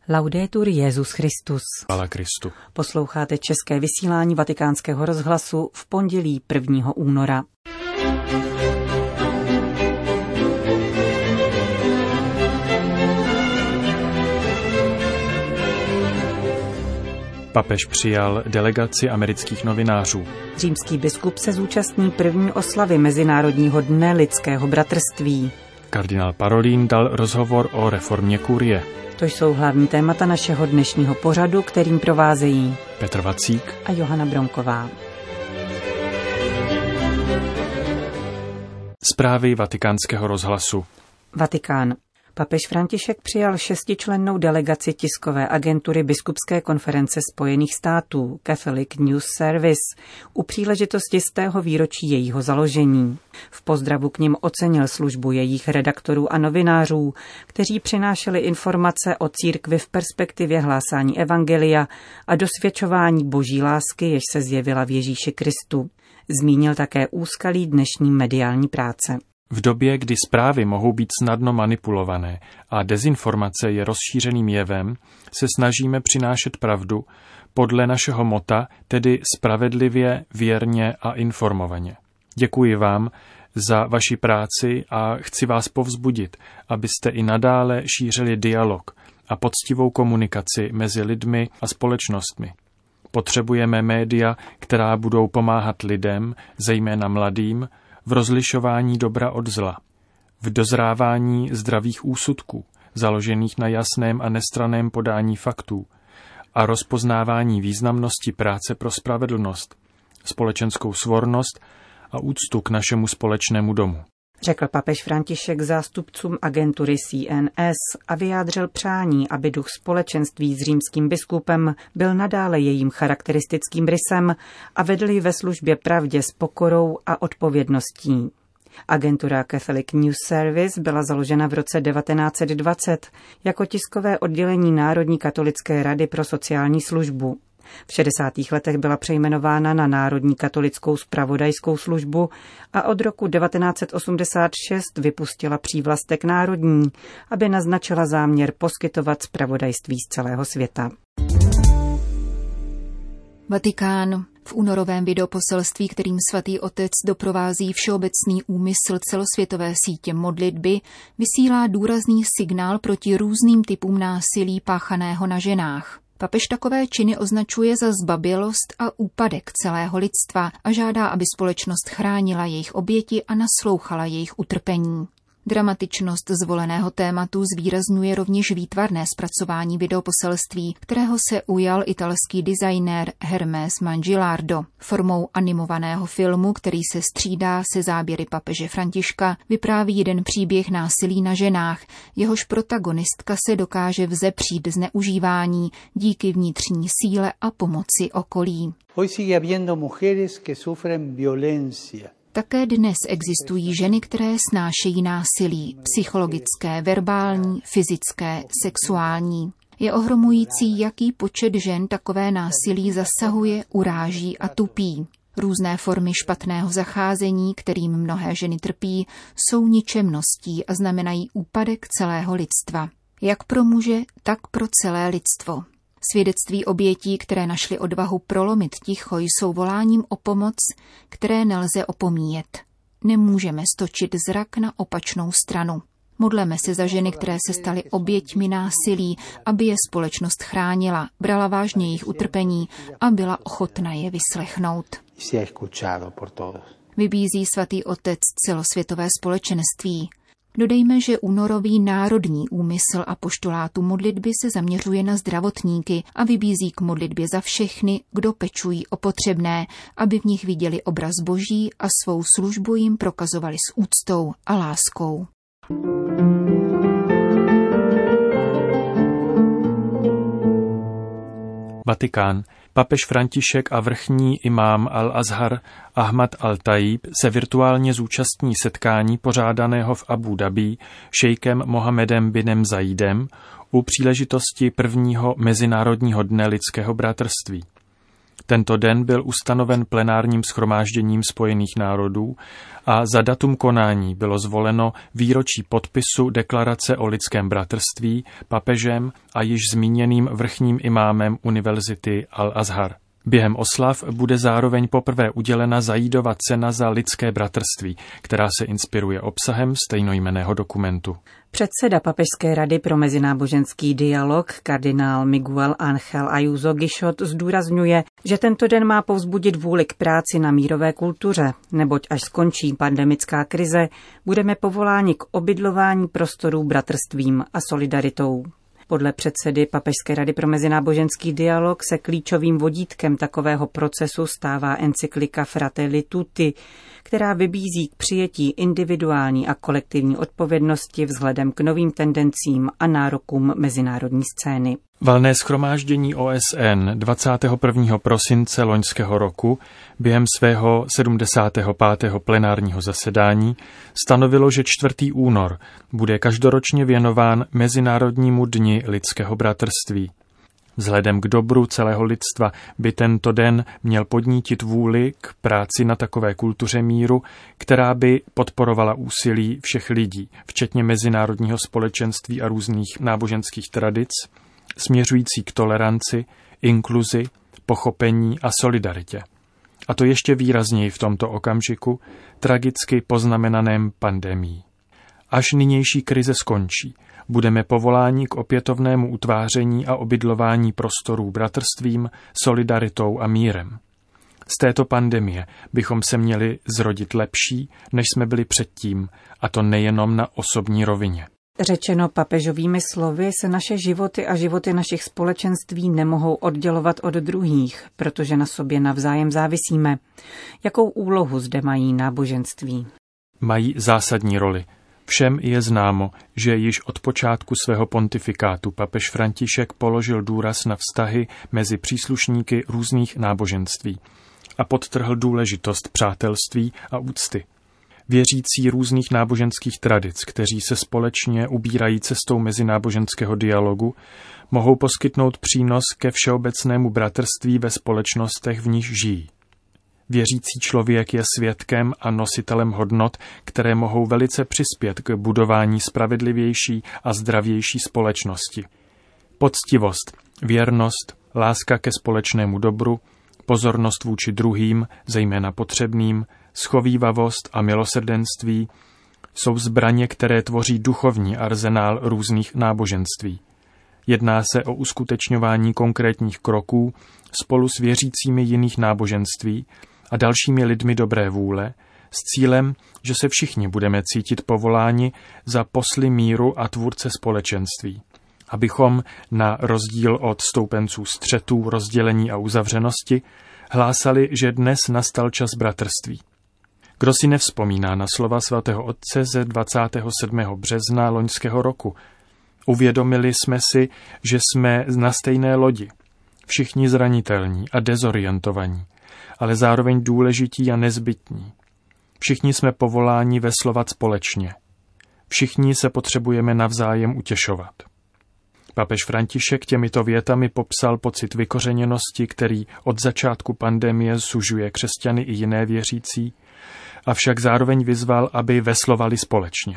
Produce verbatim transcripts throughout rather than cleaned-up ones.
Laudetur Jesus Christus. Chvála Kristu. Posloucháte české vysílání Vatikánského rozhlasu v pondělí prvního února. Papež přijal delegaci amerických novinářů. Římský biskup se zúčastní první oslavy Mezinárodního dne lidského bratrství. Kardinál Parolin dal rozhovor o reformě kurie. To jsou hlavní témata našeho dnešního pořadu, kterým provázejí Petr Vacík a Johana Bronková. Zprávy Vatikánského rozhlasu. Vatikán. Papež František přijal šestičlennou delegaci tiskové agentury Biskupské konference Spojených států Catholic News Service u příležitosti stého výročí jejího založení. V pozdravu k nim ocenil službu jejich redaktorů a novinářů, kteří přinášeli informace o církvi v perspektivě hlásání evangelia a dosvědčování boží lásky, jež se zjevila v Ježíši Kristu. Zmínil také úskalí dnešní mediální práce. V době, kdy zprávy mohou být snadno manipulované a dezinformace je rozšířeným jevem, se snažíme přinášet pravdu podle našeho mota, tedy spravedlivě, věrně a informovaně. Děkuji vám za vaši práci a chci vás povzbudit, abyste i nadále šířili dialog a poctivou komunikaci mezi lidmi a společnostmi. Potřebujeme média, která budou pomáhat lidem, zejména mladým, v rozlišování dobra od zla, v dozrávání zdravých úsudků, založených na jasném a nestranném podání faktů a rozpoznávání významnosti práce pro spravedlnost, společenskou svornost a úctu k našemu společnému domu. Řekl papež František zástupcům agentury C N S a vyjádřil přání, aby duch společenství s římským biskupem byl nadále jejím charakteristickým rysem a vedl ji ve službě pravdě s pokorou a odpovědností. Agentura Catholic News Service byla založena v roce devatenáct set dvacet jako tiskové oddělení Národní katolické rady pro sociální službu. V šedesátých letech byla přejmenována na Národní katolickou zpravodajskou službu a od roku devatenáct set osmdesát šest vypustila přívlastek národní, aby naznačila záměr poskytovat zpravodajství z celého světa. Vatikán. V únorovém videoposelství, kterým svatý otec doprovází všeobecný úmysl celosvětové sítě modlitby, vysílá důrazný signál proti různým typům násilí páchaného na ženách. Papež takové činy označuje za zbabělost a úpadek celého lidstva a žádá, aby společnost chránila jejich oběti a naslouchala jejich utrpení. Dramatičnost zvoleného tématu zvýrazňuje rovněž výtvarné zpracování videoposelství, kterého se ujal italský designér Hermes Mangilardo. Formou animovaného filmu, který se střídá se záběry papeže Františka, vypráví jeden příběh násilí na ženách, jehož protagonistka se dokáže vzepřít zneužívání díky vnitřní síle a pomoci okolí. Hoy sigue habiendo mujeres que sufren violencia. Také dnes existují ženy, které snášejí násilí, psychologické, verbální, fyzické, sexuální. Je ohromující, jaký počet žen takové násilí zasahuje, uráží a tupí. Různé formy špatného zacházení, kterým mnohé ženy trpí, jsou ničemností a znamenají úpadek celého lidstva. Jak pro muže, tak pro celé lidstvo. Svědectví obětí, které našly odvahu prolomit ticho, jsou voláním o pomoc, které nelze opomíjet. Nemůžeme stočit zrak na opačnou stranu. Modleme se za ženy, které se staly oběťmi násilí, aby je společnost chránila, brala vážně jejich utrpení a byla ochotna je vyslechnout. Vybízí svatý otec celosvětové společenství. Dodejme, že únorový národní úmysl apoštolátu modlitby se zaměřuje na zdravotníky a vybízí k modlitbě za všechny, kdo pečují o potřebné, aby v nich viděli obraz Boží a svou službu jim prokazovali s úctou a láskou. Vatikán. Papež František a vrchní imám Al-Azhar Ahmad Al-Tajib se virtuálně zúčastní setkání pořádaného v Abu Dhabi šejkem Mohamedem binem Zayidem u příležitosti prvního Mezinárodního dne lidského bratrství. Tento den byl ustanoven plenárním shromážděním Spojených národů a za datum konání bylo zvoleno výročí podpisu Deklarace o lidském bratrství papežem a již zmíněným vrchním imámem Univerzity Al-Azhar. Během oslav bude zároveň poprvé udělena Zajídova cena za lidské bratrství, která se inspiruje obsahem stejnojmenného dokumentu. Předseda Papežské rady pro mezináboženský dialog kardinál Miguel Ángel Ayuso Guichot zdůrazňuje, že tento den má povzbudit vůli k práci na mírové kultuře, neboť až skončí pandemická krize, budeme povoláni k obydlování prostorů bratrstvím a solidaritou. Podle předsedy Papežské rady pro mezináboženský dialog se klíčovým vodítkem takového procesu stává encyklika Fratelli Tutti, která vybízí k přijetí individuální a kolektivní odpovědnosti vzhledem k novým tendencím a nárokům mezinárodní scény. Valné shromáždění O S N dvacátého prvního prosince loňského roku během svého sedmdesátého pátého plenárního zasedání stanovilo, že čtvrtého února bude každoročně věnován Mezinárodnímu dni lidského bratrství. Vzhledem k dobru celého lidstva by tento den měl podnítit vůli k práci na takové kultuře míru, která by podporovala úsilí všech lidí, včetně mezinárodního společenství a různých náboženských tradic, směřující k toleranci, inkluzi, pochopení a solidaritě. A to ještě výrazněji v tomto okamžiku, tragicky poznamenaném pandemií. Až nynější krize skončí, budeme povoláni k opětovnému utváření a obydlování prostorů bratrstvím, solidaritou a mírem. Z této pandemie bychom se měli zrodit lepší, než jsme byli předtím, a to nejenom na osobní rovině. Řečeno papežovými slovy, se naše životy a životy našich společenství nemohou oddělovat od druhých, protože na sobě navzájem závisíme. Jakou úlohu zde mají náboženství? Mají zásadní roli. Všem je známo, že již od počátku svého pontifikátu papež František položil důraz na vztahy mezi příslušníky různých náboženství a podtrhl důležitost přátelství a úcty. Věřící různých náboženských tradic, kteří se společně ubírají cestou mezináboženského dialogu, mohou poskytnout přínos ke všeobecnému bratrství ve společnostech, v níž žijí. Věřící člověk je svědkem a nositelem hodnot, které mohou velice přispět k budování spravedlivější a zdravější společnosti. Poctivost, věrnost, láska ke společnému dobru, pozornost vůči druhým, zejména potřebným, schovívavost a milosrdenství jsou zbraně, které tvoří duchovní arzenál různých náboženství. Jedná se o uskutečňování konkrétních kroků spolu s věřícími jiných náboženství a dalšími lidmi dobré vůle s cílem, že se všichni budeme cítit povoláni za posly míru a tvůrce společenství. Abychom, na rozdíl od stoupenců střetů, rozdělení a uzavřenosti, hlásali, že dnes nastal čas bratrství. Kdo si nevzpomíná na slova svatého otce ze dvacátého sedmého března loňského roku? Uvědomili jsme si, že jsme na stejné lodi, všichni zranitelní a dezorientovaní, ale zároveň důležití a nezbytní. Všichni jsme povoláni veslovat společně. Všichni se potřebujeme navzájem utěšovat. Papež František těmito větami popsal pocit vykořeněnosti, který od začátku pandemie sužuje křesťany i jiné věřící, avšak zároveň vyzval, aby veslovali společně.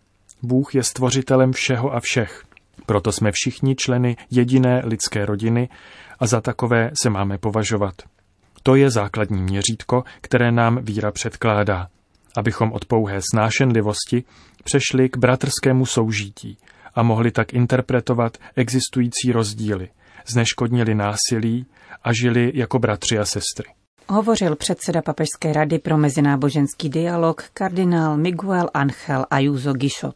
Bůh je stvořitelem všeho a všech, proto jsme všichni členy jediné lidské rodiny a za takové se máme považovat. To je základní měřítko, které nám víra předkládá, abychom od pouhé snášenlivosti přešli k bratrskému soužití a mohli tak interpretovat existující rozdíly, zneškodnili násilí a žili jako bratři a sestry. Hovořil předseda Papežské rady pro mezináboženský dialog kardinál Miguel Ángel Ayuso Guichot.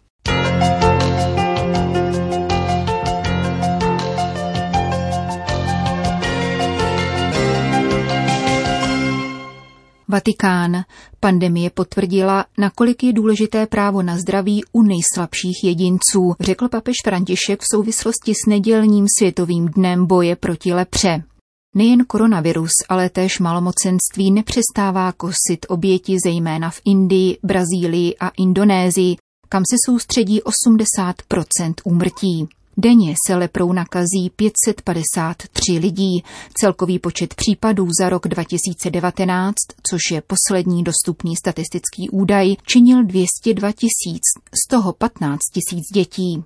Vatikán. Pandemie potvrdila, nakolik je důležité právo na zdraví u nejslabších jedinců, řekl papež František v souvislosti s nedělním světovým dnem boje proti lepře. Nejen koronavirus, ale též malomocenství nepřestává kosit oběti zejména v Indii, Brazílii a Indonésii, kam se soustředí osmdesát procent úmrtí. Denně se leprou nakazí pět set padesát tři lidí. Celkový počet případů za rok dva tisíce devatenáct, což je poslední dostupný statistický údaj, činil dvě stě dva tisíc, z toho patnáct tisíc dětí.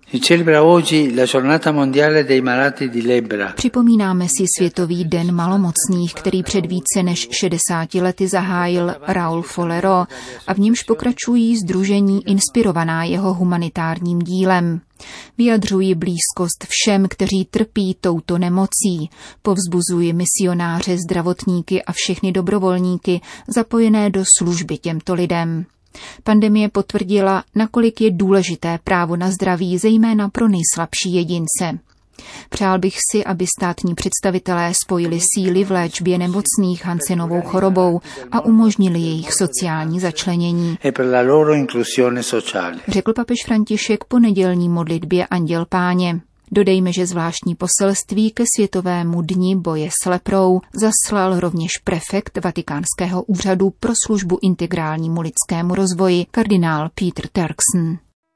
Připomínáme si Světový den malomocných, který před více než šedesáti lety zahájil Raoul Folero a v němž pokračují sdružení inspirovaná jeho humanitárním dílem. Vyjadřuji blízkost všem, kteří trpí touto nemocí. Povzbuzuji misionáře, zdravotníky a všechny dobrovolníky zapojené do služby těmto lidem. Pandemie potvrdila, nakolik je důležité právo na zdraví, zejména pro nejslabší jedince. Přál bych si, aby státní představitelé spojili síly v léčbě nemocných Hansenovou chorobou a umožnili jejich sociální začlenění, řekl papež František po nedělní modlitbě Anděl Páně. Dodejme, že zvláštní poselství ke Světovému dni boje s leprou zaslal rovněž prefekt Vatikánského úřadu pro službu integrálnímu lidskému rozvoji kardinál Peter Turkson.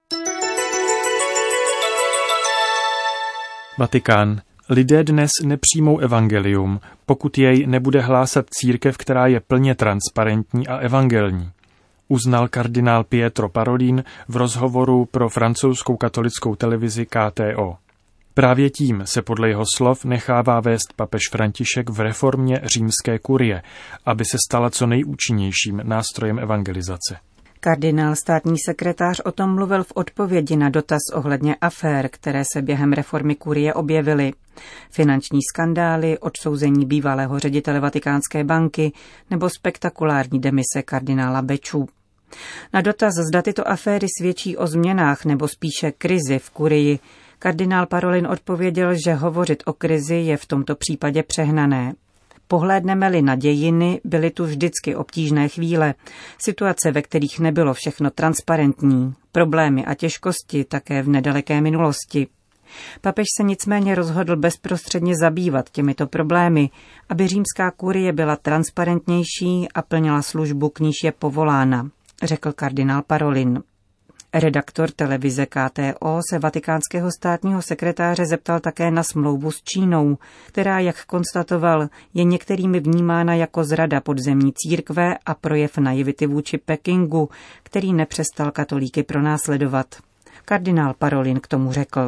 Vatikán. Lidé dnes nepřijmou evangelium, pokud jej nebude hlásat církev, která je plně transparentní a evangelní, uznal kardinál Pietro Parolin v rozhovoru pro francouzskou katolickou televizi K T O. Právě tím se podle jeho slov nechává vést papež František v reformě římské kurie, aby se stala co nejúčinnějším nástrojem evangelizace. Kardinál státní sekretář o tom mluvil v odpovědi na dotaz ohledně afér, které se během reformy kurie objevily. Finanční skandály, odsouzení bývalého ředitele Vatikánské banky nebo spektakulární demise kardinála Bečů. Na dotaz, zda tyto aféry svědčí o změnách nebo spíše krizi v kurii, kardinál Parolin odpověděl, že hovořit o krizi je v tomto případě přehnané. Pohlédneme-li na dějiny, byly tu vždycky obtížné chvíle, situace, ve kterých nebylo všechno transparentní, problémy a těžkosti také v nedaleké minulosti. Papež se nicméně rozhodl bezprostředně zabývat těmito problémy, aby římská kurie byla transparentnější a plnila službu, k níž je povolána, řekl kardinál Parolin. Redaktor televize K T O se vatikánského státního sekretáře zeptal také na smlouvu s Čínou, která, jak konstatoval, je některými vnímána jako zrada podzemní církve a projev naivity vůči Pekingu, který nepřestal katolíky pronásledovat. Kardinál Parolin k tomu řekl.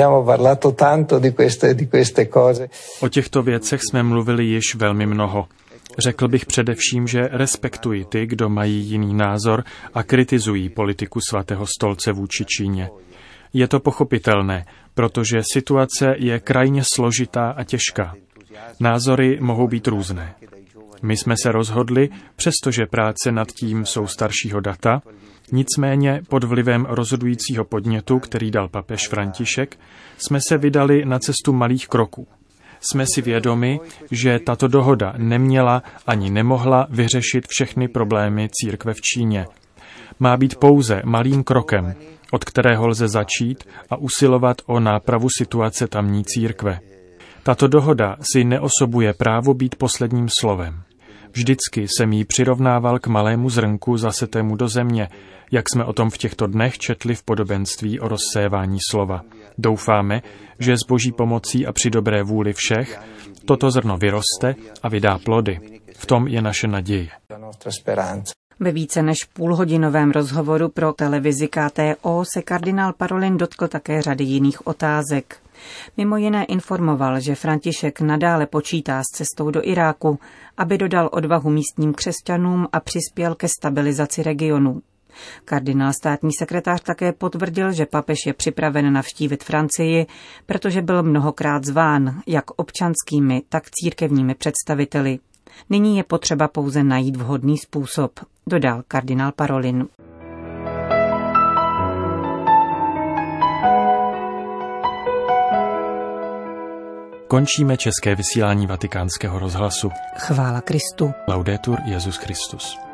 O těchto věcech jsme mluvili již velmi mnoho. Řekl bych především, že respektuji ty, kdo mají jiný názor a kritizují politiku svatého stolce vůči Číně. Je to pochopitelné, protože situace je krajně složitá a těžká. Názory mohou být různé. My jsme se rozhodli, přestože práce nad tím jsou staršího data, nicméně pod vlivem rozhodujícího podnětu, který dal papež František, jsme se vydali na cestu malých kroků. Jsme si vědomi, že tato dohoda neměla ani nemohla vyřešit všechny problémy církve v Číně. Má být pouze malým krokem, od kterého lze začít a usilovat o nápravu situace tamní církve. Tato dohoda si neosobuje právo být posledním slovem. Vždycky jsem jí přirovnával k malému zrnku zasetému do země, jak jsme o tom v těchto dnech četli v podobenství o rozsévání slova. Doufáme, že s Boží pomocí a při dobré vůli všech toto zrno vyroste a vydá plody. V tom je naše naděje. Ve více než půlhodinovém rozhovoru pro televizi K T O se kardinál Parolin dotkl také řady jiných otázek. Mimo jiné informoval, že František nadále počítá s cestou do Iráku, aby dodal odvahu místním křesťanům a přispěl ke stabilizaci regionu. Kardinál státní sekretář také potvrdil, že papež je připraven navštívit Francii, protože byl mnohokrát zván, jak občanskými, tak církevními představiteli. Nyní je potřeba pouze najít vhodný způsob, dodal kardinál Parolin. Končíme české vysílání Vatikánského rozhlasu. Chvála Kristu. Laudetur Jesus Christus.